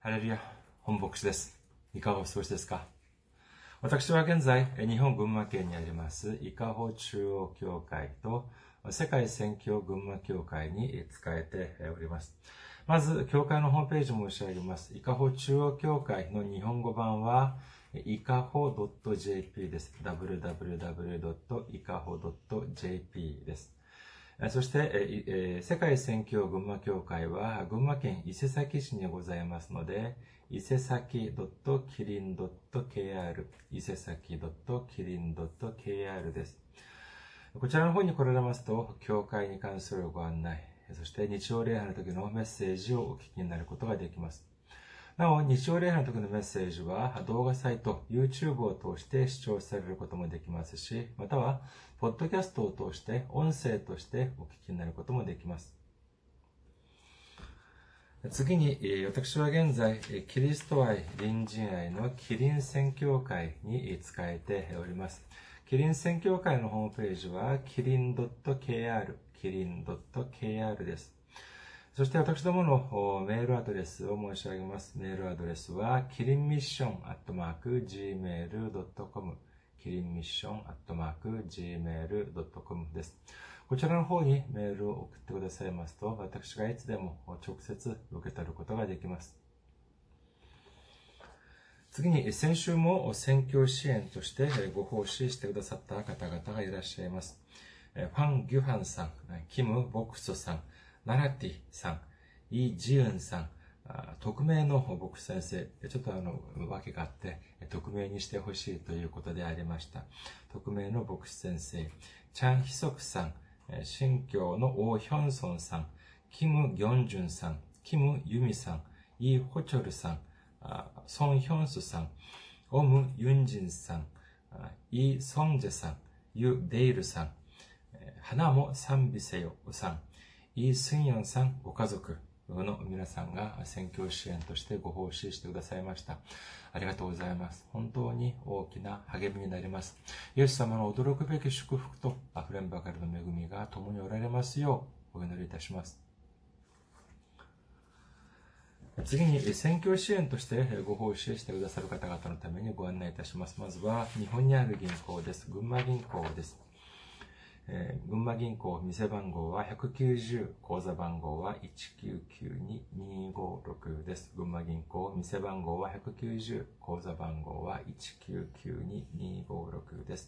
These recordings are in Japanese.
ハレルヤ、本牧師です。いかがお過ごしですか？私は現在、日本群馬県にあります、伊香保中央教会と世界宣教群馬教会に仕えております。まず、教会のホームページを申し上げます。伊香保中央教会の日本語版は、いかほ .jp です。www.ikaho.jp です。そして、世界宣教群馬教会は群馬県伊勢崎市にございますので、伊勢崎 .kirin.kr 伊勢崎 .kirin.kr です。こちらの方に来られますと、教会に関するご案内、そして日曜礼拝の時のメッセージをお聞きになることができます。なお、日曜礼拝の時のメッセージは動画サイト、YouTube を通して視聴されることもできますし、または、ポッドキャストを通して音声としてお聞きになることもできます。次に、私は現在、キリスト愛、隣人愛のキリン宣教会に仕えております。キリン宣教会のホームページは、kirin.kr、kirin.kr です。そして私どものメールアドレスを申し上げます。メールアドレスは、kirinmission@gmail.com、kirinmission@gmail.com です。こちらの方にメールを送ってくださいますと、私がいつでも直接受け取ることができます。次に、先週も宣教支援としてご奉仕してくださった方々がいらっしゃいます。ファン・ギュハンさん、キム・ボクソさん、ナラティさん、イ・ジウンさん、匿名の牧師先生、ちょっと訳があって、匿名にしてほしいということでありました。匿名の牧師先生、チャン・ヒソクさん、新教のオー・ヒョンソンさん、キム・ギョンジュンさん、キム・ユミさん、イ・ホチョルさん、ソン・ヒョンスさん、オム・ユンジンさん、イ・ソンジェさん、ユ・デイルさん、花も賛美せよさん、イ・スンヨンさんご家族の皆さんが宣教支援としてご奉仕してくださいました。ありがとうございます。本当に大きな励みになります。イエス様の驚くべき祝福と溢れんばかりの恵みが共におられますようお祈りいたします。次に宣教支援としてご奉仕してくださる方々のためにご案内いたします。まずは日本にある銀行です。群馬銀行です。群馬銀行店番号は190、口座番号は1992256です。群馬銀行店番号は190、口座番号は1992256です。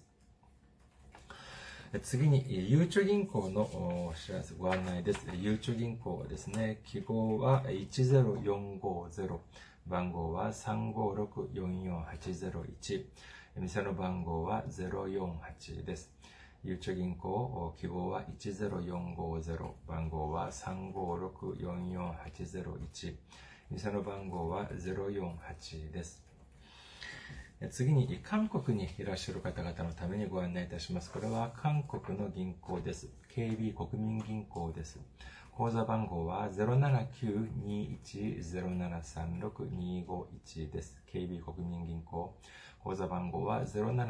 次に、ゆうちょ銀行のお知らせ、ご案内です。ゆうちょ銀行はですね、記号は10450、番号は35644801、店の番号は048です。ゆうちょ銀行、記号は10450、番号は35644801、店の番号は048です。次に、韓国にいらっしゃる方々のためにご案内いたします。これは韓国の銀行です。KB 国民銀行です。口座番号は 079-21-0736-251 です。KB 国民銀行。口座番号は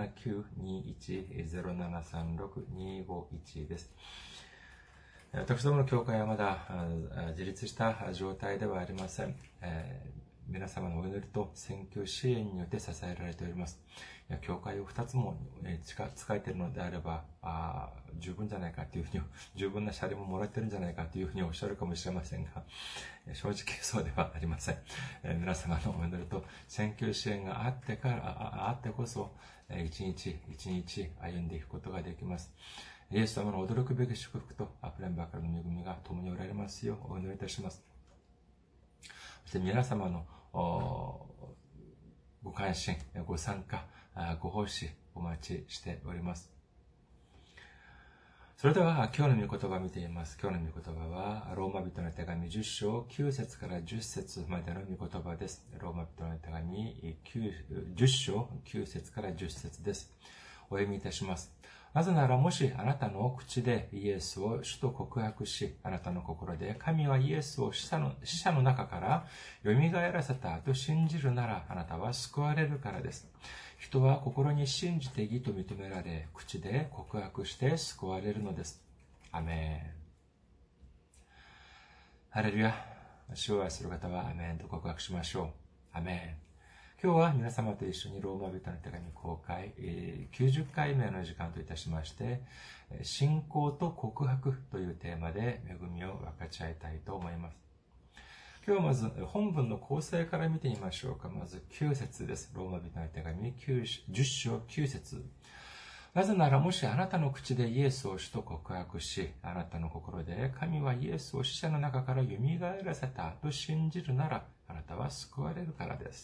079-21-0736-251 です。私どもの教会はまだ自立した状態ではありません。皆様のお祈りと宣教支援によって支えられております。教会を2つも使えているのであれば、十分じゃないかというふうに、十分な謝礼ももらってるんじゃないかというふうにおっしゃるかもしれませんが、正直そうではありません。皆様のお祈りと宣教支援があってこそ、一日一日歩んでいくことができます。イエス様の驚くべき祝福と溢れんばかりの恵みが共におられますようお祈りいたします。そして皆様のご関心、ご参加、ご奉仕お待ちしております。それでは今日の御言葉を見ています。今日の御言葉はローマ人の手紙10章9節から10節までの御言葉です。ローマ人の手紙10章9節から10節です。お読みいたします。なぜならもしあなたの口でイエスを主と告白し、あなたの心で神はイエスを死者の中から蘇らせたと信じるなら、あなたは救われるからです。人は心に信じて義と認められ、口で告白して救われるのです。アメン。ハレルヤ。 主を愛する方はアメンと告白しましょう。アメン。今日は皆様と一緒にローマ人の手紙公開90回目の時間といたしまして、信仰と告白というテーマで恵みを分かち合いたいと思います。今日はまず本文の構成から見てみましょうか。まず9節です。ローマ人の手紙10章9節。なぜならもしあなたの口でイエスを主と告白し、あなたの心で神はイエスを死者の中から蘇らせたと信じるなら、あなたは救われるからです。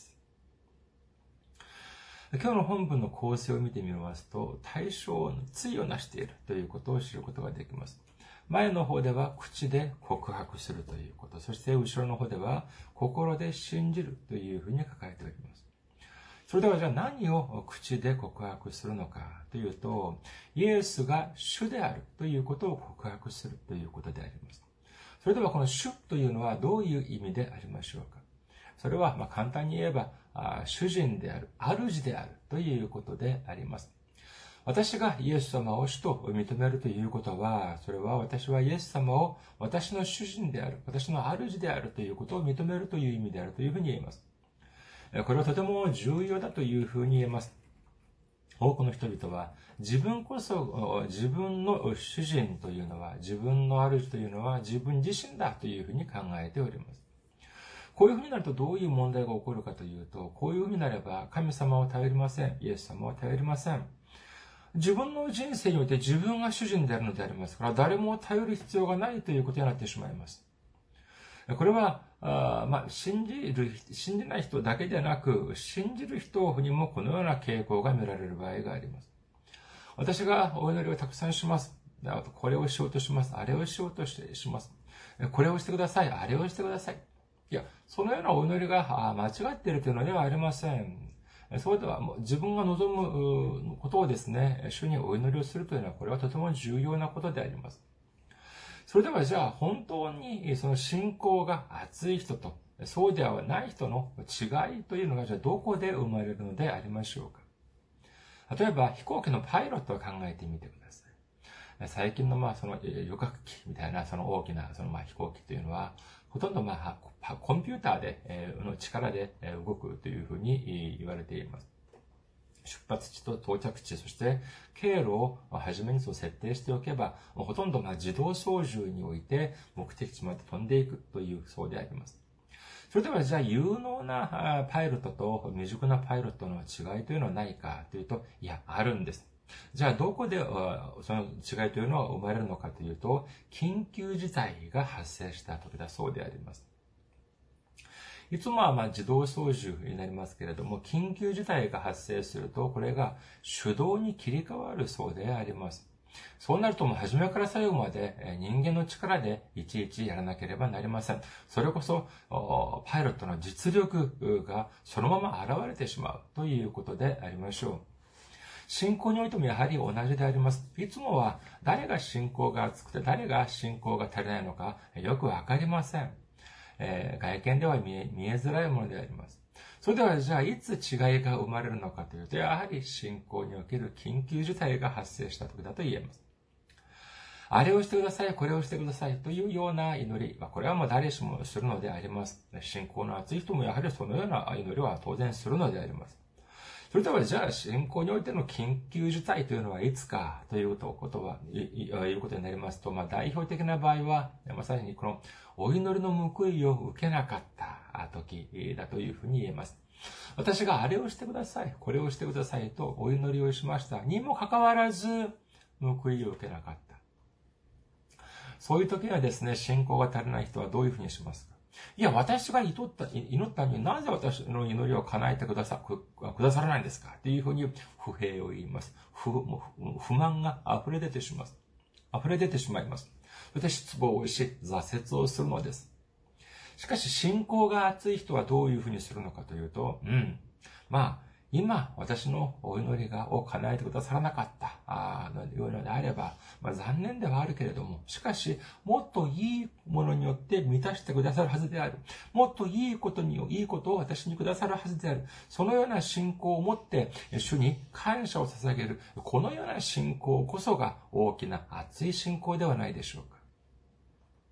今日の本文の構成を見てみますと、対象の対をなしているということを知ることができます。前の方では口で告白するということ、そして後ろの方では心で信じるというふうに書かれております。それではじゃあ何を口で告白するのかというと、イエスが主であるということを告白するということであります。それではこの主というのはどういう意味でありましょうか。それは簡単に言えば主人である、主であるということであります。私がイエス様を主と認めるということは、それは私はイエス様を私の主人である、私の主であるということを認めるという意味であるというふうに言えます。これはとても重要だというふうに言えます。多くの人々は自分こそ自分の主人というのは、自分の主というのは自分自身だというふうに考えております。こういうふうになるとどういう問題が起こるかというと、こういうふうになれば神様を頼りません。イエス様を頼りません。自分の人生において自分が主人であるのでありますから、誰も頼る必要がないということになってしまいます。これは、信じない人だけでなく、信じる人にもこのような傾向が見られる場合があります。私がお祈りをたくさんします。これをしようとします。あれをしようとします。これをしてください。あれをしてください。いや、そのようなお祈りが間違っているというのではありません。そうでは自分が望むことをですね、主にお祈りをするというのは、これはとても重要なことであります。それではじゃあ本当にその信仰が熱い人とそうではない人の違いというのがじゃあどこで生まれるのでありましょうか。例えば飛行機のパイロットを考えてみてください。最近のその旅客機みたいなその大きなその飛行機というのはほとんどコンピューターでの力で動くというふうに言われています。出発地と到着地、そして経路を初めに設定しておけば、ほとんど自動操縦において目的地まで飛んでいくというそうであります。それではじゃあ有能なパイロットと未熟なパイロットの違いというのはないかというと、いや、あるんです。じゃあどこでその違いというのは生まれるのかというと、緊急事態が発生した時だそうであります。いつもは自動操縦になりますけれども、緊急事態が発生すると、これが手動に切り替わるそうであります。そうなると初めから最後まで人間の力でいちいちやらなければなりません。それこそパイロットの実力がそのまま現れてしまうということでありましょう。信仰においてもやはり同じであります。いつもは誰が信仰が厚くて誰が信仰が足りないのかよくわかりません。外見では見えづらいものであります。それではじゃあいつ違いが生まれるのかというと、やはり信仰における緊急事態が発生した時だと言えます。あれをしてください、これをしてくださいというような祈り、これは誰しもするのであります。信仰の厚い人もやはりそのような祈りは当然するのであります。それではじゃあ信仰においての緊急事態というのはいつかということになりますと、代表的な場合はまさにこのお祈りの報いを受けなかった時だというふうに言えます。私があれをしてください、これをしてくださいとお祈りをしましたにもかかわらず報いを受けなかった。そういう時はですね、信仰が足りない人はどういうふうにしますか。いや、私が祈ったのになぜ私の祈りを叶えてくださらないんですかっていうふうに不平を言います。不満が溢れ出てしまいます。そして失望をし、挫折をするのです。しかし信仰が厚い人はどういうふうにするのかというと、今、私のお祈りを叶えてくださらなかったようなのであれば、残念ではあるけれども、しかし、もっといいものによって満たしてくださるはずである。もっといいことを私にくださるはずである。そのような信仰を持って、主に感謝を捧げる。このような信仰こそが大きな熱い信仰ではないでしょうか。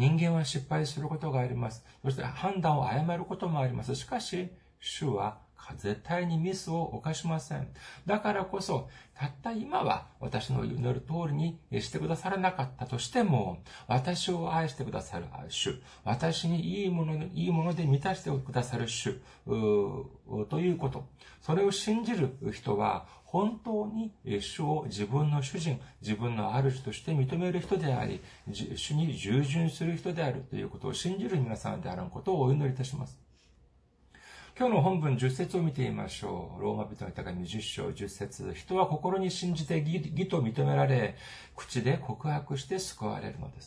人間は失敗することがあります。そして判断を誤ることもあります。しかし、主は絶対にミスを犯しません。だからこそ、たった今は私の祈る通りにしてくださらなかったとしても、私を愛してくださる主、私にいいもので満たしてくださる主、ということ。それを信じる人は、本当に主を自分の主人、自分の主として認める人であり、主に従順する人であるということを信じる皆さんであることをお祈りいたします。今日の本文10節を見てみましょう。ローマ人の手紙10章10節。人は心に信じて義と認められ、口で告白して救われるのです。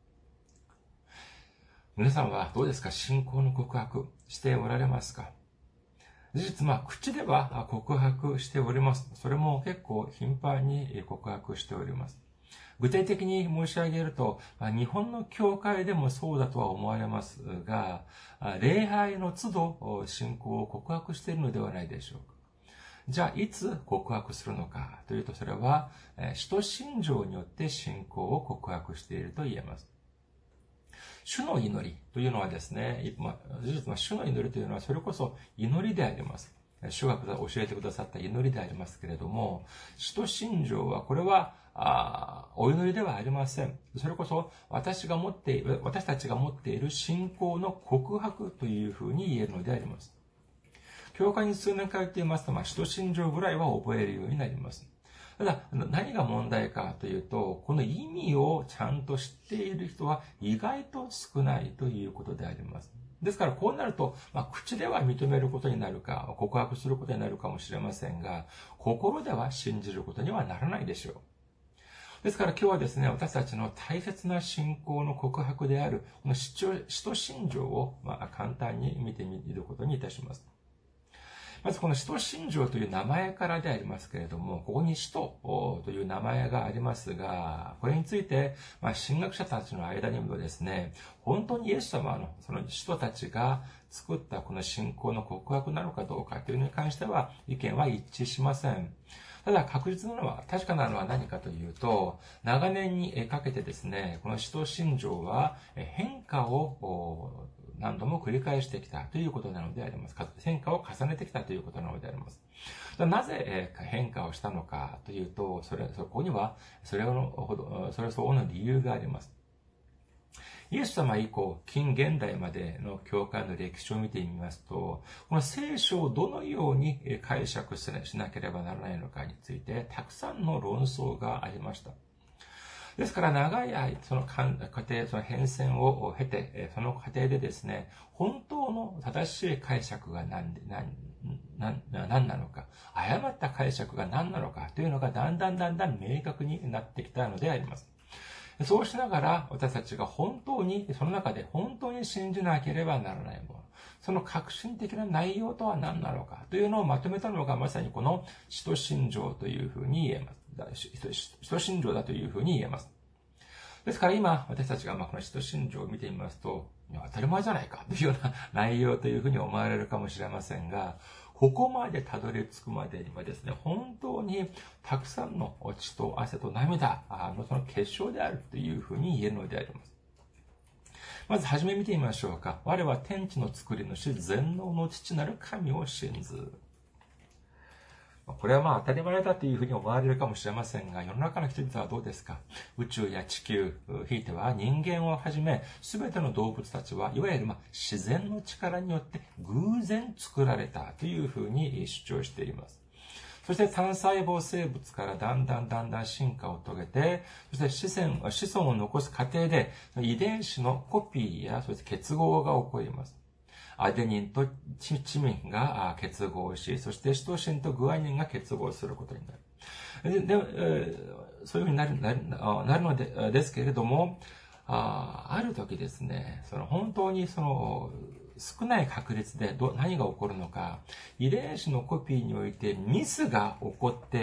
皆さんはどうですか？信仰の告白しておられますか？事実、口では告白しております。それも結構頻繁に告白しております。具体的に申し上げると、日本の教会でもそうだとは思われますが、礼拝の都度信仰を告白しているのではないでしょうか。じゃあ、いつ告白するのかというと、それは、使徒信条によって信仰を告白していると言えます。主の祈りというのはですね、事実、主の祈りというのはそれこそ祈りであります。主が教えてくださった祈りでありますけれども、使徒信条は、これは、お祈りではありません。それこそ私たちが持っている信仰の告白というふうに言えるのであります。教会に数年通っていますと、使徒信条ぐらいは覚えるようになります。ただ、何が問題かというと、この意味をちゃんと知っている人は意外と少ないということであります。ですから、こうなると、口では認めることになるか、告白することになるかもしれませんが、心では信じることにはならないでしょう。ですから今日はですね、私たちの大切な信仰の告白である、この使徒信条を簡単に見てみることにいたします。まずこの使徒信条という名前からでありますけれども、ここに使徒という名前がありますが、これについて、神学者たちの間にもですね、本当にイエス様のその使徒たちが作ったこの信仰の告白なのかどうかというのに関しては意見は一致しません。ただ確実なのは、確かなのは何かというと、長年にかけてですね、この使徒信条は変化を何度も繰り返してきたということなのであります。変化を重ねてきたということなのであります。なぜ変化をしたのかというと、そこにはそれ相応の理由があります。イエス様以降、近現代までの教会の歴史を見てみますと、この聖書をどのように解釈しなければならないのかについて、たくさんの論争がありました。ですから長い間、その変遷を経て、その過程でですね、本当の正しい解釈が何なのか、誤った解釈が何なのかというのがだんだん明確になってきたのであります。そうしながら私たちがその中で本当に信じなければならないもの、その革新的な内容とは何なのかというのをまとめたのがまさにこの使徒信条というふうに言えます。使徒信条だというふうに言えます。ですから今私たちがこの使徒信条を見てみますと、当たり前じゃないかというような内容というふうに思われるかもしれませんが、ここまでたどり着くまでにはですね、本当にたくさんの血と汗と涙のその結晶であるというふうに言えるのであります。まずはじめ見てみましょうか。我は天地の作り主、全能の父なる神を信ず。これは当たり前だというふうに思われるかもしれませんが、世の中の人々はどうですか？宇宙や地球、ひいては人間をはじめ、すべての動物たちは、いわゆる自然の力によって偶然作られたというふうに主張しています。そして単細胞生物からだんだん進化を遂げて、そして子孫を残す過程で遺伝子のコピーやそして結合が起こります。アデニンとチミンが結合し、そしてシトシンとグアニンが結合することになる。で、そういうふうになるのですけれども、ある時ですね、本当に少ない確率で何が起こるのか、遺伝子のコピーにおいてミスが起こって、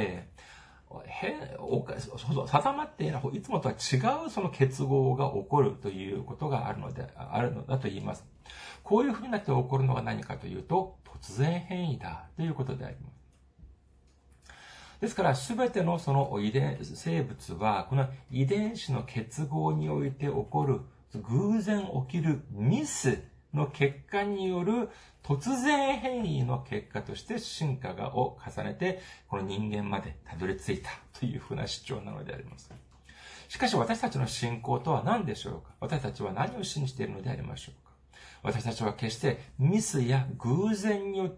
定まっていない、いつもとは違うその結合が起こるということがあるのだと言います。こういうふうになって起こるのが何かというと、突然変異だということであります。ですから、すべてのその生物は、この遺伝子の結合において起こる、 偶然起きるミスの結果による突然変異の結果として進化を重ねて、この人間までたどり着いたというふうな主張なのであります。しかし私たちの信仰とは何でしょうか？私たちは何を信じているのでありましょうか？私たちは決してミスや偶然によって、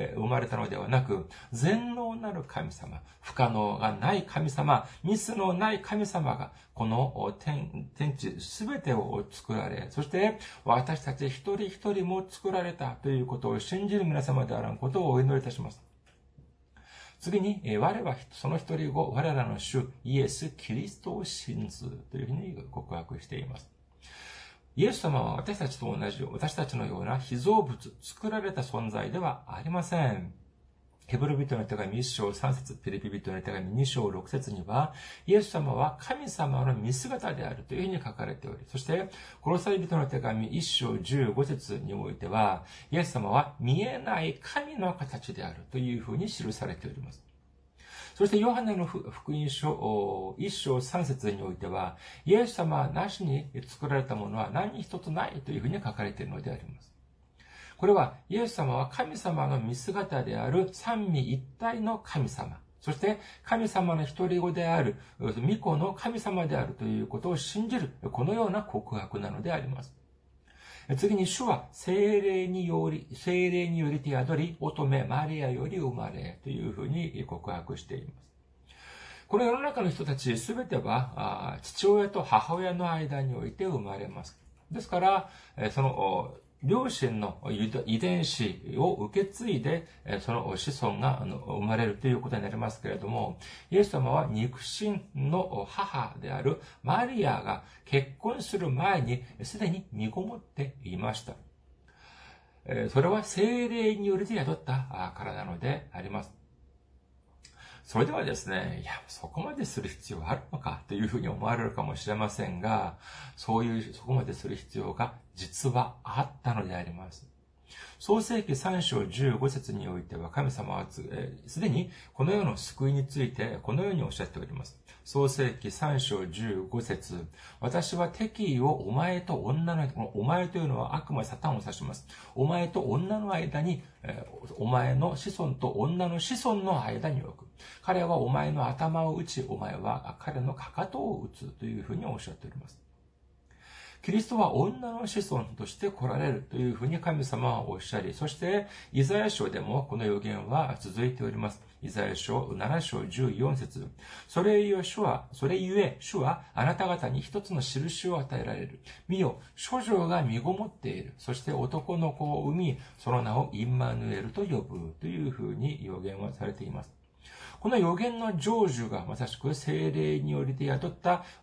生まれたのではなく、全能なる神様、不可能がない神様、ミスのない神様が、この天地すべてを作られ、そして私たち一人一人も作られたということを信じる皆様であることをお祈りいたします。次に、我はその一人後、我らの主イエス・キリストを信ずというふうに告白しています。イエス様は私たちと同じ、私たちのような被造物、作られた存在ではありません。ヘブル人の手紙1章3節、ピリピ人の手紙2章6節には、イエス様は神様の見姿であるというふうに書かれており、そして、コロサイ人の手紙1章15節においては、イエス様は見えない神の形であるというふうに記されております。そしてヨハネの福音書1章3節においては、イエス様なしに作られたものは何一つないというふうに書かれているのであります。これはイエス様は神様の見姿である三位一体の神様、そして神様の一人子である御子の神様であるということを信じる、このような告白なのであります。次に主は聖霊により手宿り、乙女マリアより生まれというふうに告白しています。この世の中の人たちすべては父親と母親の間において生まれます。ですから、その両親の遺伝子を受け継いで、その子孫が生まれるということになりますけれども、イエス様は肉親の母であるマリアが結婚する前にすでに身ごもっていました。それは聖霊により宿ったからなのであります。それではですね、いや、そこまでする必要はあるのかというふうに思われるかもしれませんが、そこまでする必要が実はあったのであります。創世記3章15節においては神様はすでにこの世の救いについてこのようにおっしゃっております。創世記3章15節、私は敵意をお前と女の、お前というのは悪魔サタンを指します。お前と女の間に、お前の子孫と女の子孫の間に置く。彼はお前の頭を打ち、お前は彼のかかとを打つというふうにおっしゃっております。キリストは女の子孫として来られるというふうに神様はおっしゃり、そしてイザヤ書でもこの予言は続いております。イザヤ書7章14節、それゆえ主はあなた方に一つの印を与えられる。見よ、処女が身ごもっている。そして男の子を産み、その名をインマヌエルと呼ぶというふうに予言はされています。この予言の成就がまさしく聖霊によりて宿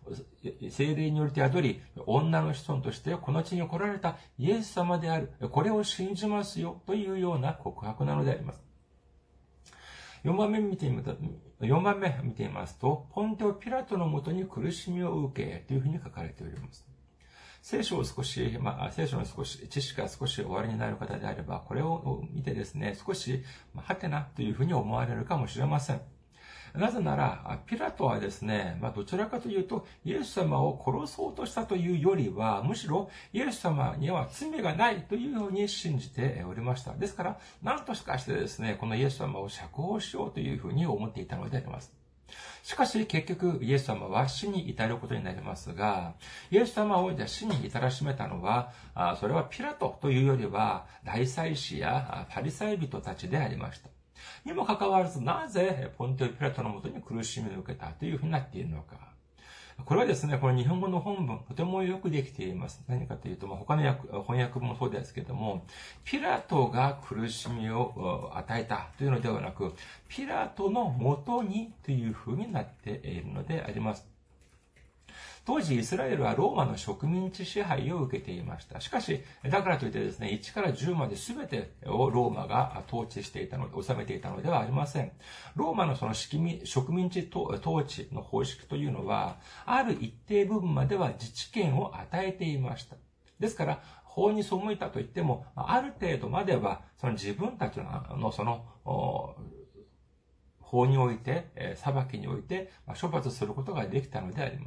り、女の子孫としてこの地に来られたイエス様である。これを信じますよというような告白なのであります。4番目見てみますと、ポンテオ・ピラトのもとに苦しみを受けというふうに書かれております。聖書の知識が少し終わりになる方であれば、これを見てですね、少し、はてなというふうに思われるかもしれません。なぜなら、ピラトはですね、どちらかというと、イエス様を殺そうとしたというよりは、むしろ、イエス様には罪がないというように信じておりました。ですから、何とかしてですね、このイエス様を釈放しようというふうに思っていたのであります。しかし結局イエス様は死に至ることになりますが、イエス様を死に至らしめたのは、それはピラトというよりは大祭司やパリサイ人たちでありました。にもかかわらず、なぜポンテオ・ピラトのもとに苦しみを受けたというふうになっているのか。これはですね、この日本語の本文、とてもよくできています。何かというと、他の翻訳もそうですけども、ピラトが苦しみを与えたというのではなく、ピラトのもとにというふうになっているのであります。当時イスラエルはローマの植民地支配を受けていました。しかし、だからといってですね、1から10まで全てをローマが統治していたので、治めていたのではありません。ローマのその植民地統治の方式というのは、ある一定部分までは自治権を与えていました。ですから、法に背いたといっても、ある程度までは、その自分たちのその、法において、裁きにおいて、処罰することができたのであります。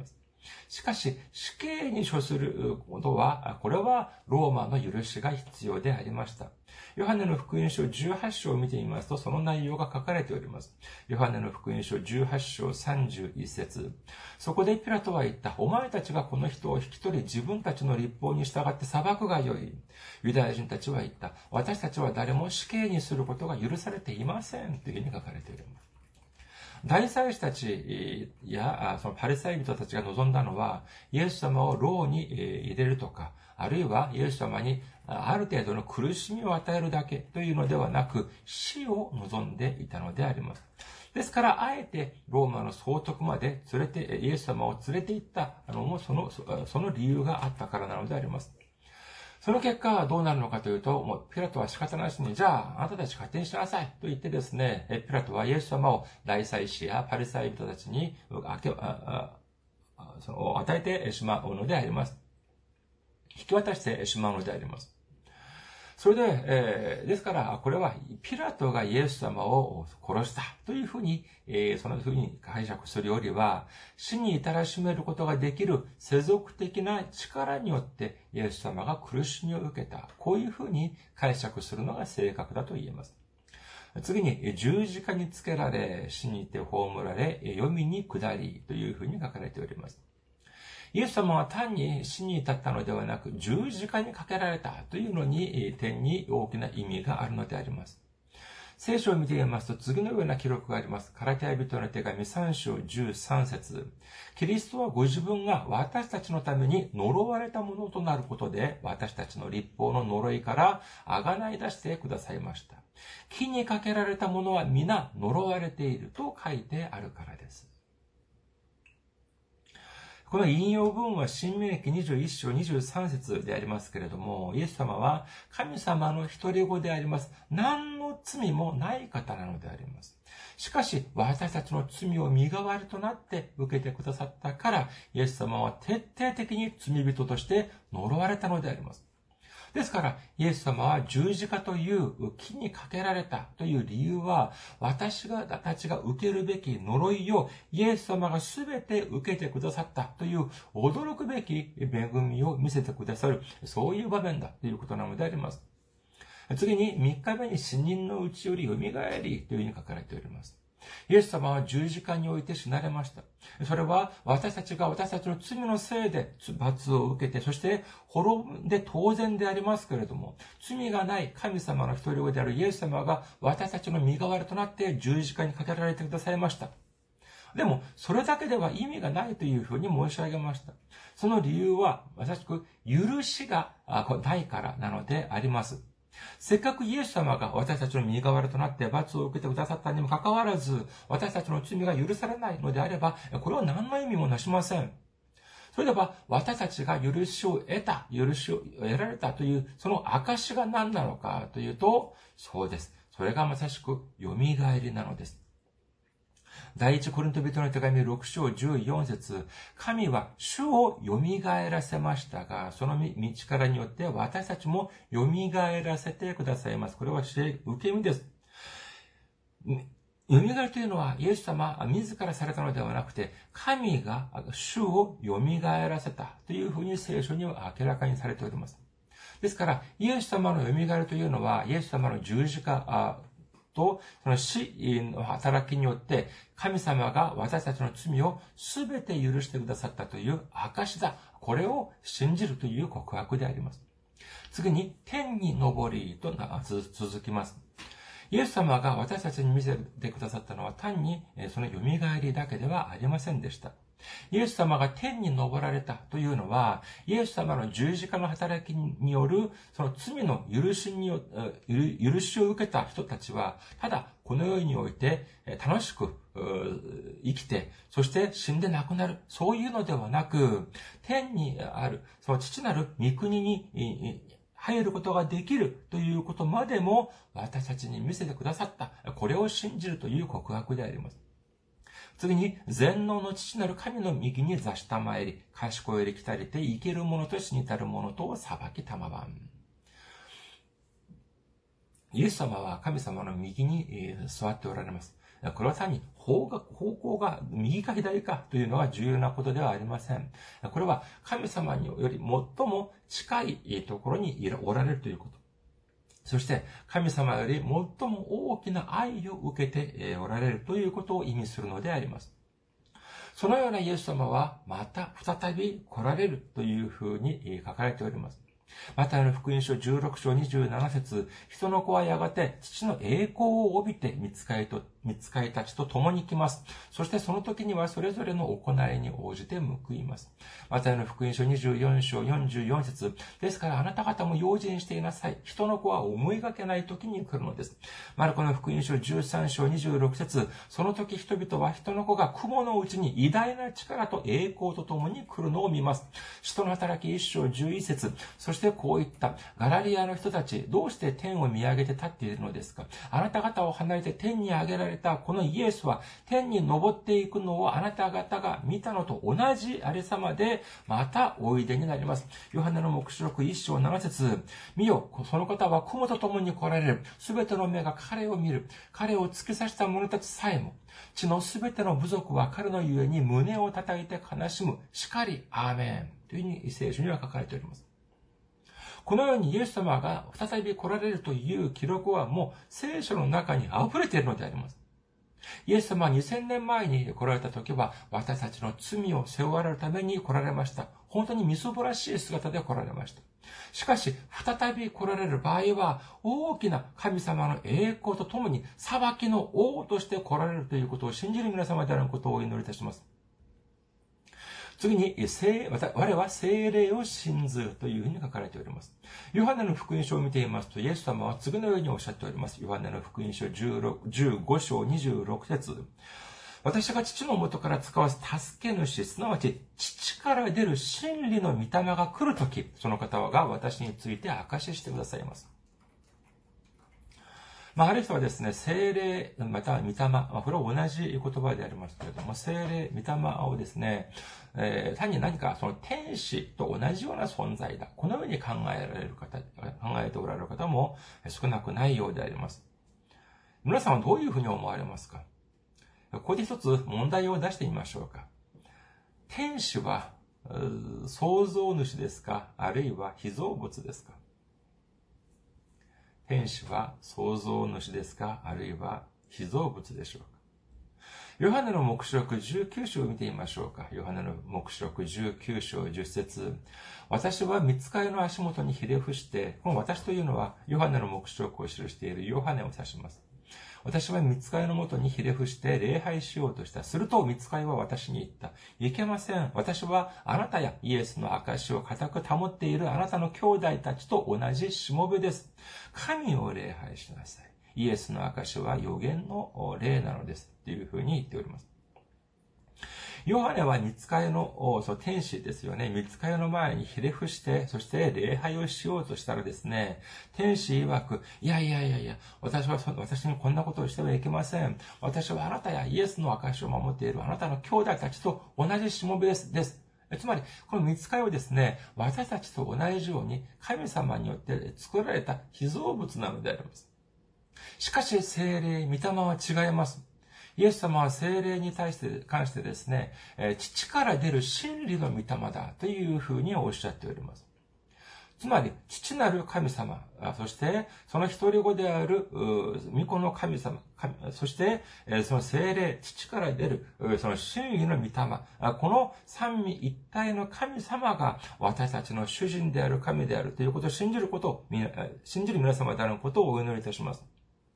しかし、死刑に処することは、これはローマの許しが必要でありました。ヨハネの福音書18章を見てみますと、その内容が書かれております。ヨハネの福音書18章31節。そこでピラトは言った。お前たちがこの人を引き取り、自分たちの立法に従って裁くがよい。ユダヤ人たちは言った。私たちは誰も死刑にすることが許されていません。というふうに書かれています。大祭司たちやそのパリサイ人たちが望んだのは、イエス様を牢に入れるとか、あるいはイエス様にある程度の苦しみを与えるだけというのではなく、死を望んでいたのであります。ですから、あえてローマの総督までイエス様を連れて行ったのもその理由があったからなのであります。その結果はどうなるのかというと、もうピラトは仕方なしに、じゃあ、あなたたち勝手にしなさいと言ってですね、ピラトはイエス様を大祭司やパリサイ人たちに与えてしまうのであります。引き渡してしまうのであります。それで、ですから、これはピラトがイエス様を殺したというふうに、そのふうに解釈するよりは、死に至らしめることができる世俗的な力によってイエス様が苦しみを受けた。こういうふうに解釈するのが正確だと言えます。次に、十字架につけられ、死にて葬られ、黄泉に下りというふうに書かれております。イエス様は単に死に至ったのではなく、十字架にかけられたというのに、点に大きな意味があるのであります。聖書を見てみますと、次のような記録があります。ガラテヤ人の手紙3章13節。キリストはご自分が私たちのために呪われたものとなることで、私たちの律法の呪いから贖い出してくださいました。木にかけられたものは皆呪われていると書いてあるからです。この引用文は申命記21章23節でありますけれども、イエス様は神様の一人子であります。何の罪もない方なのであります。しかし、私たちの罪を身代わりとなって受けてくださったから、イエス様は徹底的に罪人として呪われたのであります。ですから、イエス様は十字架という木にかけられたという理由は、私たちが受けるべき呪いをイエス様が全て受けてくださったという驚くべき恵みを見せてくださる、そういう場面だということなのであります。次に、3日目に死人のうちより蘇りというふうに書かれております。イエス様は十字架において死なれました。それは私たちが私たちの罪のせいで罰を受けて、そして滅んで当然でありますけれども、罪がない神様の一人子であるイエス様が私たちの身代わりとなって十字架にかけられてくださいました。でも、それだけでは意味がないというふうに申し上げました。その理由は、まさしく許しがないからなのであります。せっかくイエス様が私たちの身代わりとなって罰を受けてくださったにもかかわらず、私たちの罪が許されないのであれば、これは何の意味もなしません。それでは、私たちが許しを得られたという、その証が何なのかというと、そうです。それがまさしく、蘇りなのです。第一コリント人の手紙6章14節。神は主を蘇らせましたが、その力によって私たちも蘇らせてくださいます。これは受け身です。蘇りというのはイエス様自らされたのではなくて、神が主を蘇らせたというふうに聖書には明らかにされております。ですから、イエス様の蘇りというのは、イエス様の十字架と、その死の働きによって、神様が私たちの罪をすべて許してくださったという証だ。これを信じるという告白であります。次に、天に昇りと続きます。イエス様が私たちに見せてくださったのは単にその蘇りだけではありませんでした。イエス様が天に昇られたというのは、イエス様の十字架の働きによる、その罪の許しを受けた人たちは、ただこの世において楽しく生きて、そして死んで亡くなる、そういうのではなく、天にある、その父なる御国に入ることができるということまでも私たちに見せてくださった。これを信じるという告白であります。次に、全能の父なる神の右に座したまえり、賢より来たりて、生ける者と死にたる者とを裁きたまわん。イエス様は神様の右に座っておられます。これは単に方向が右か左かというのが重要なことではありません。これは神様により最も近いところにおられるということ。そして神様より最も大きな愛を受けておられるということを意味するのであります。そのようなイエス様はまた再び来られるというふうに書かれております。マタイの福音書16章27節、人の子はやがて父の栄光を帯びて御使いたちと共に来ます。そしてその時にはそれぞれの行いに応じて報います。マタイの福音書24章44節、ですからあなた方も用心していなさい。人の子は思いがけない時に来るのです。マルコの福音書13章26節、その時人々は人の子が雲のうちに偉大な力と栄光と共に来るのを見ます。使徒の働き1章11節、そしてこういったガラリアの人たち、どうして天を見上げて立っているのですか？あなた方を離れて天に上げられたこのイエスは天に昇っていくのをあなた方が見たのと同じありさまでまたおいでになります。ヨハネの黙示録1章7節、見よ、その方は雲と共に来られる。すべての目が彼を見る。彼を突き刺した者たちさえも。地のすべての部族は彼のゆえに胸を叩いて悲しむ。しかり、アーメン。というふうに聖書には書かれております。このようにイエス様が再び来られるという記録はもう聖書の中に溢れているのであります。イエス様は2000年前に来られた時は私たちの罪を背負われるために来られました。本当にみそぼらしい姿で来られました。しかし、再び来られる場合は大きな神様の栄光とともに裁きの王として来られるということを信じる皆様であることをお祈りいたします。次に、我は聖霊を信ずというふうに書かれております。ヨハネの福音書を見ていますと、イエス様は次のようにおっしゃっております。ヨハネの福音書15章26節。私が父の元から使わす助け主、すなわち父から出る真理の御霊が来るとき、その方が私について証ししてくださいます。ある人はですね、聖霊、また御霊、これは同じ言葉でありますけれども、聖霊、御霊をですね、単に何かその天使と同じような存在だ。このように考えておられる方も少なくないようであります。皆さんはどういうふうに思われますか？ここで一つ問題を出してみましょうか。天使は創造主ですか？あるいは被造物ですか？天使は創造主ですか？あるいは被造物でしょうか？ヨハネの黙示録19章を見てみましょうか。ヨハネの黙示録19章10節。私は御使いの足元にひれ伏して、この私というのはヨハネの黙示録を記しているヨハネを指します。私は御使いのもとにひれ伏して礼拝しようとした。すると御使いは私に言った。いけません。私はあなたやイエスの証を固く保っているあなたの兄弟たちと同じしもべです。神を礼拝しなさい。イエスの証は預言の霊なのです。というふうに言っております。ヨハネは御使いの天使ですよね。御使いの前にひれ伏して、そして礼拝をしようとしたらですね、天使曰く、いや、私にこんなことをしてはいけません。私はあなたやイエスの証を守っているあなたの兄弟たちと同じしもべです。つまり、この御使いはですね、私たちと同じように神様によって作られた被造物なのであります。しかし、聖霊、御霊は違います。イエス様は聖霊に関してですね、父から出る真理の御霊だというふうにおっしゃっております。つまり、父なる神様、そしてその一人子である御子の神様、そしてその聖霊、父から出るその真理の御霊、この三位一体の神様が私たちの主人である神であるということを信じる皆様であることをお祈りいたします。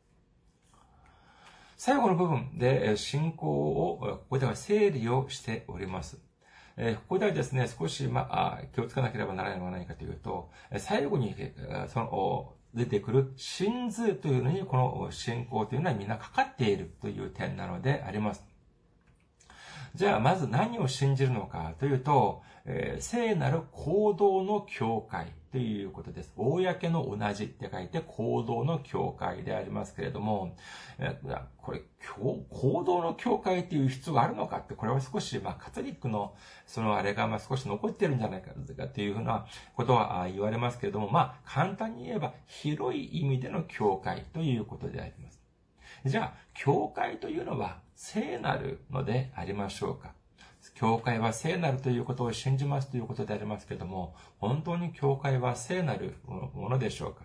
最後の部分で信仰を、ここでは整理をしております。ここではですね、少し気をつかなければならないのは何かというと、最後に出てくる信ずというのに、この信仰というのはみんなかかっているという点なのであります。じゃあ、まず何を信じるのかというと、聖なる行動の教会ということです。公の同じって書いて行動の教会でありますけれども、これ、行動の教会っていう必要があるのかって、これは少し、カトリックの、あれが、少し残ってるんじゃないかっていうふうなことは言われますけれども、簡単に言えば、広い意味での教会ということであります。 じゃあ、教会というのは聖なるのでありましょうか？教会は聖なるということを信じますということでありますけれども、本当に教会は聖なるものでしょうか？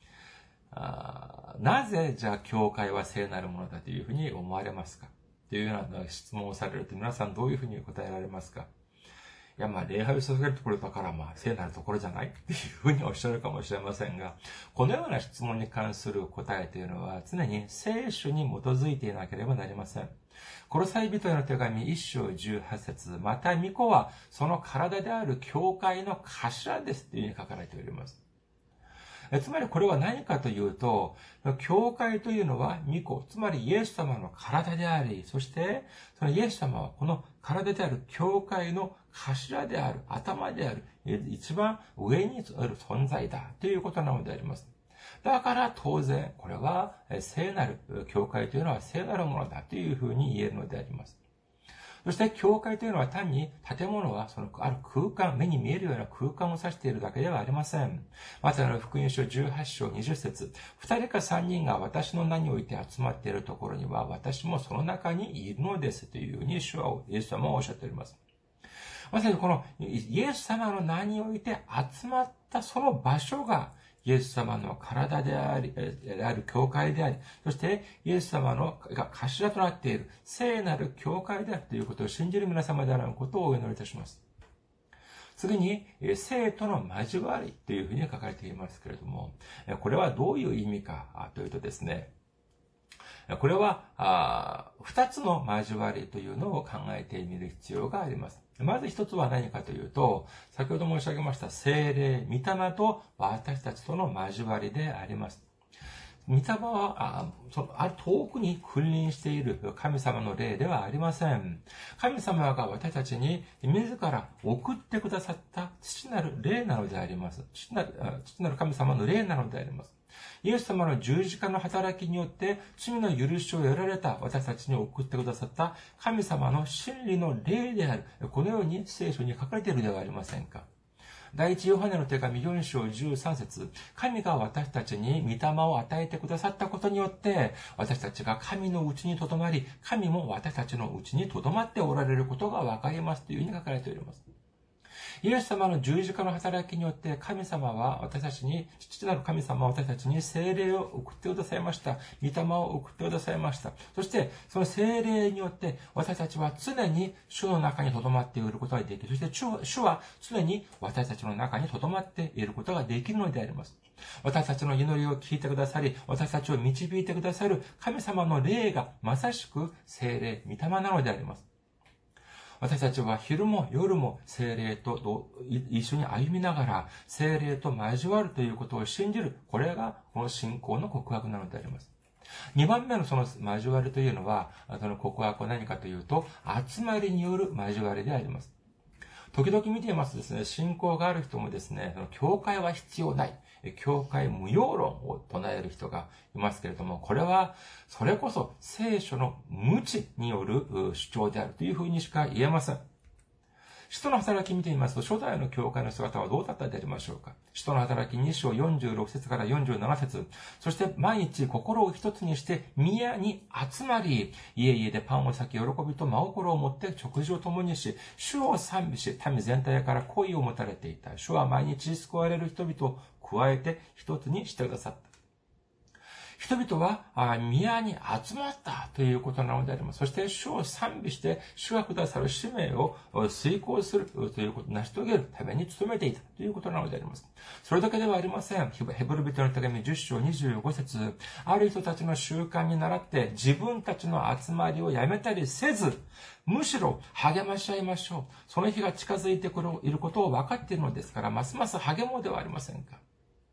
なぜじゃあ教会は聖なるものだというふうに思われますか？というような質問をされると皆さんどういうふうに答えられますか？いや、礼拝を捧げるところだから、聖なるところじゃないっていうふうにおっしゃるかもしれませんが、このような質問に関する答えというのは、常に聖書に基づいていなければなりません。コロサイ人への手紙1章18節、また、御子はその体である教会の頭ですというふうに書かれております。つまりこれは何かというと、教会というのは御子、つまりイエス様の体であり、そしてそのイエス様はこの体である教会の頭である、頭である、一番上にある存在だということなのであります。だから当然、これは聖なる、教会というのは聖なるものだというふうに言えるのであります。そして、教会というのは単に建物はそのある空間、目に見えるような空間を指しているだけではありません。また福音書18章20節、2人か3人が私の名において集まっているところには、私もその中にいるのですというふうにイエス様はおっしゃっております。まさにこのイエス様の名において集まったその場所が、イエス様の体である教会であり、そしてイエス様の頭となっている聖なる教会であるということを信じる皆様であることをお祈りいたします。次に、聖との交わりというふうに書かれていますけれども、これはどういう意味かというとですね、これは、二つの交わりというのを考えてみる必要があります。まず一つは何かというと、先ほど申し上げました聖霊、御霊と私たちとの交わりであります。御霊は、ある遠くに君臨している神様の霊ではありません。神様が私たちに自ら送ってくださった父なる霊なのであります。父なる神様の霊なのであります。イエス様の十字架の働きによって罪の許しを得られた私たちに送ってくださった神様の真理の霊である。このように聖書に書かれているではありませんか。第一ヨハネの手紙4章13節、神が私たちに御霊を与えてくださったことによって、私たちが神のうちにとどまり、神も私たちのうちにとどまっておられることがわかりますというふうに書かれております。イエス様の十字架の働きによって神様は私たちに、父なる神様は私たちに聖霊を送ってくださいました。御霊を送ってくださいました。そして、その聖霊によって私たちは常に主の中に留まっていることができる。そして主は常に私たちの中に留まっていることができるのであります。私たちの祈りを聞いてくださり、私たちを導いてくださる神様の霊がまさしく聖霊、御霊なのであります。私たちは昼も夜も聖霊と一緒に歩みながら聖霊と交わるということを信じる。これがこの信仰の告白なのであります。2番目のその交わりというのは、その告白は何かというと、集まりによる交わりであります。時々見ていますとですね、信仰がある人もですね、教会は必要ない。教会無用論を唱える人がいますけれども、これは、それこそ聖書の無知による主張であるというふうにしか言えません。使徒の働き見てみますと、初代の教会の姿はどうだったでありましょうか。使徒の働き2章46節から47節、そして毎日心を一つにして宮に集まり、家々でパンを裂き喜びと真心を持って食事を共にし、主を賛美し、民全体から恋を持たれていた。主は毎日救われる人々を加えて一つにしてくださった。人々は宮に集まったということなのであります。そして主を賛美して主がくださる使命を遂行するということを成し遂げるために努めていたということなのであります。それだけではありません。ヘブル人の手紙10章25節、ある人たちの習慣に倣って自分たちの集まりをやめたりせず、むしろ励まし合いましょう。その日が近づいていることを分かっているのですから、ますます励もうではありませんか。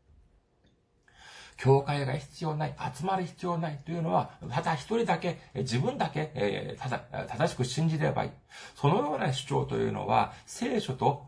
教会が必要ない、集まる必要ないというのは、ただ一人だけ、自分だけ、正しく信じればいい。そのような主張というのは、聖書と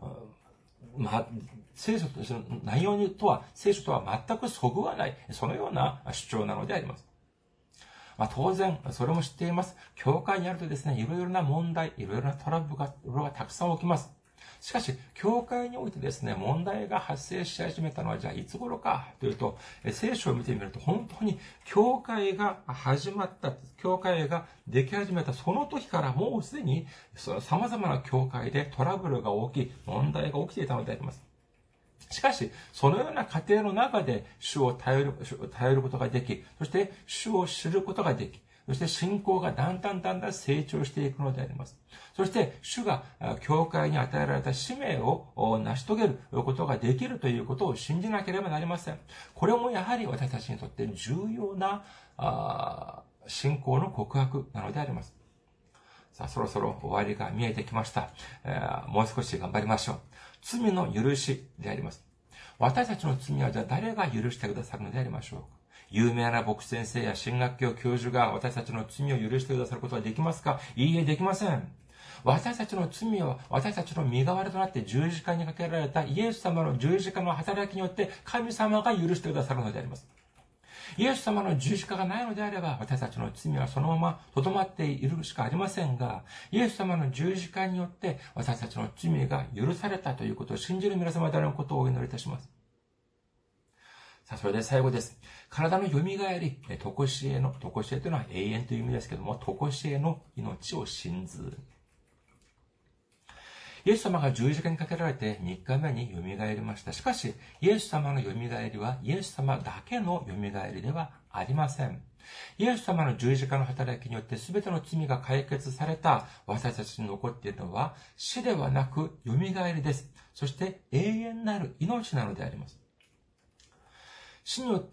その内容とは、聖書とは全くそぐわない、そのような主張なのであります。当然、それも知っています。教会にあるとですね、いろいろな問題、いろいろなトラブルがたくさん起きます。 しかし、教会においてですね、問題が発生し始めたのは、じゃあいつ頃かというと、聖書を見てみると、本当に教会が始まった、教会ができ始めたその時からもうすでに、様々な教会でトラブルが起き、問題が起きていたのであります。しかし、そのような過程の中で主を頼ることができ、そして主を知ることができ、そして信仰がだんだん成長していくのであります。そして主が教会に与えられた使命を成し遂げることができるということを信じなければなりません。これもやはり私たちにとって重要な信仰の告白なのであります。さあ、そろそろ終わりが見えてきました。もう少し頑張りましょう。罪の許しであります。私たちの罪はじゃあ誰が許してくださるのでありましょうか。有名な牧師先生や神学教教授が私たちの罪を許してくださることはできますか？いいえ、できません。私たちの罪は私たちの身代わりとなって十字架にかけられたイエス様の十字架の働きによって神様が許してくださるのであります。イエス様の十字架がないのであれば、私たちの罪はそのまま留まっているしかありませんが、イエス様の十字架によって私たちの罪が許されたということを信じる皆様であることをお祈りいたします。さあ、それで最後です。体の蘇り、常しえというのは永遠という意味ですけども、常しえの命を信ず。イエス様が十字架にかけられて3日目に蘇りました。しかし、イエス様の蘇りはイエス様だけの蘇りではありません。イエス様の十字架の働きによって全ての罪が解決された私たちに残っているのは死ではなく蘇りです。そして永遠なる命なのであります。死によって、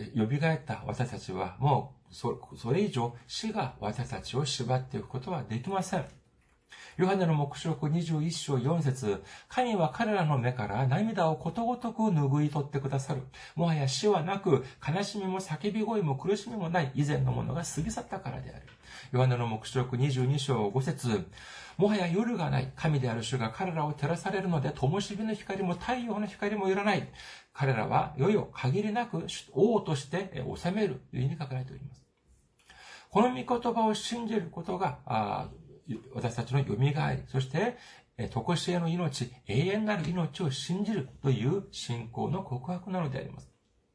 蘇った私たちはもうそれ以上死が私たちを縛っていくことはできません。ヨハネの黙示録21章4節、神は彼らの目から涙をことごとく拭い取ってくださる。もはや死はなく、悲しみも叫び声も苦しみもない以前のものが過ぎ去ったからである。ヨハネの黙示録22章5節、もはや夜がない。神である主が彼らを照らされるので、灯火の光も太陽の光もいらない。彼らは世々限りなく王として治めるというふうに書かれております。この御言葉を信じることが、私たちの蘇り、そして、常しえの命、永遠なる命を信じるという信仰の告白なのであります。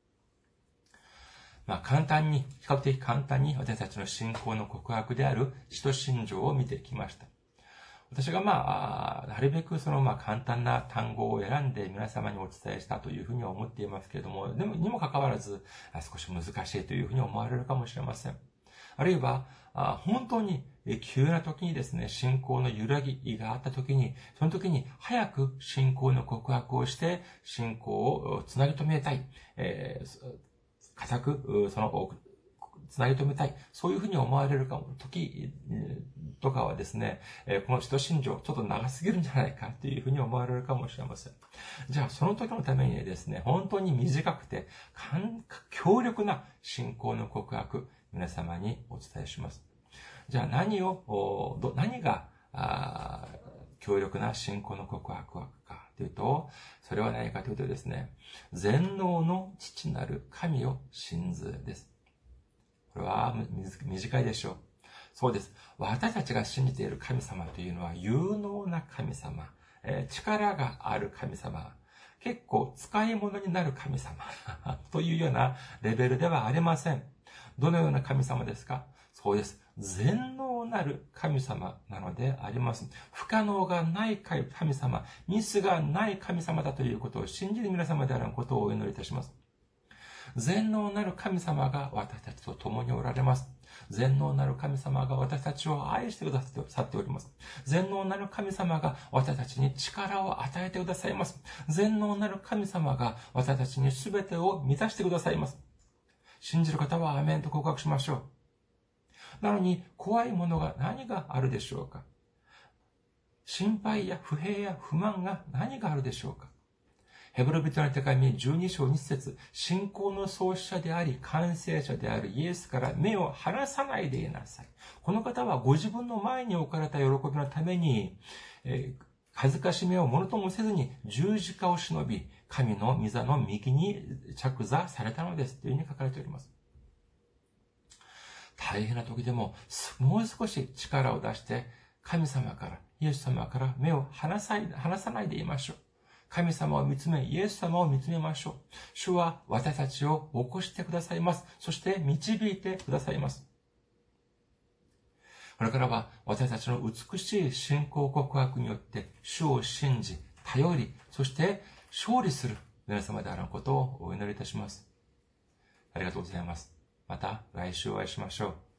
比較的簡単に私たちの信仰の告白である使徒信条を見てきました。私がなるべく簡単な単語を選んで皆様にお伝えしたというふうには思っていますけれども、でもにもかかわらず少し難しいというふうに思われるかもしれません。あるいは、本当に急な時にですね、信仰の揺らぎがあった時に、その時に早く信仰の告白をして、信仰をつなぎ止めたい、固く、つなぎ止めたい、そういうふうに思われる時とかはですね、この使徒信条、ちょっと長すぎるんじゃないかというふうに思われるかもしれません。じゃあ、その時のためにですね、本当に短くて、強力な信仰の告白、皆様にお伝えします。じゃあ何が強力な信仰の告白かというと、それは何かというとですね、全能の父なる神を信ずです。これは短いでしょう。そうです。私たちが信じている神様というのは有能な神様、力がある神様、結構使い物になる神様というようなレベルではありません。どのような神様ですか？そうです。全能なる神様なのであります。不可能がない神様、ミスがない神様だということを信じる皆様であることをお祈りいたします。全能なる神様が私たちと共におられます。全能なる神様が私たちを愛してくださっております。全能なる神様が私たちに力を与えてくださいます。全能なる神様が私たちに全てを満たしてくださいます。信じる方はアメンと告白しましょう。なのに怖いものが何があるでしょうか？心配や不平や不満が何があるでしょうか？ヘブル人の手紙12章2節、信仰の創始者であり完成者であるイエスから目を離さないでいなさい。この方はご自分の前に置かれた喜びのために、恥ずかしめをものともせずに十字架を忍び、神の御座の右に着座されたのですというふうに書かれております。大変な時でももう少し力を出して神様からイエス様から目を離さないでいましょう。神様を見つめ、イエス様を見つめましょう。主は私たちを起こしてくださいます。そして導いてくださいます。これからは私たちの美しい信仰告白によって主を信じ、頼り、そして勝利する皆様であることをお祈りいたします。ありがとうございます。また来週お会いしましょう。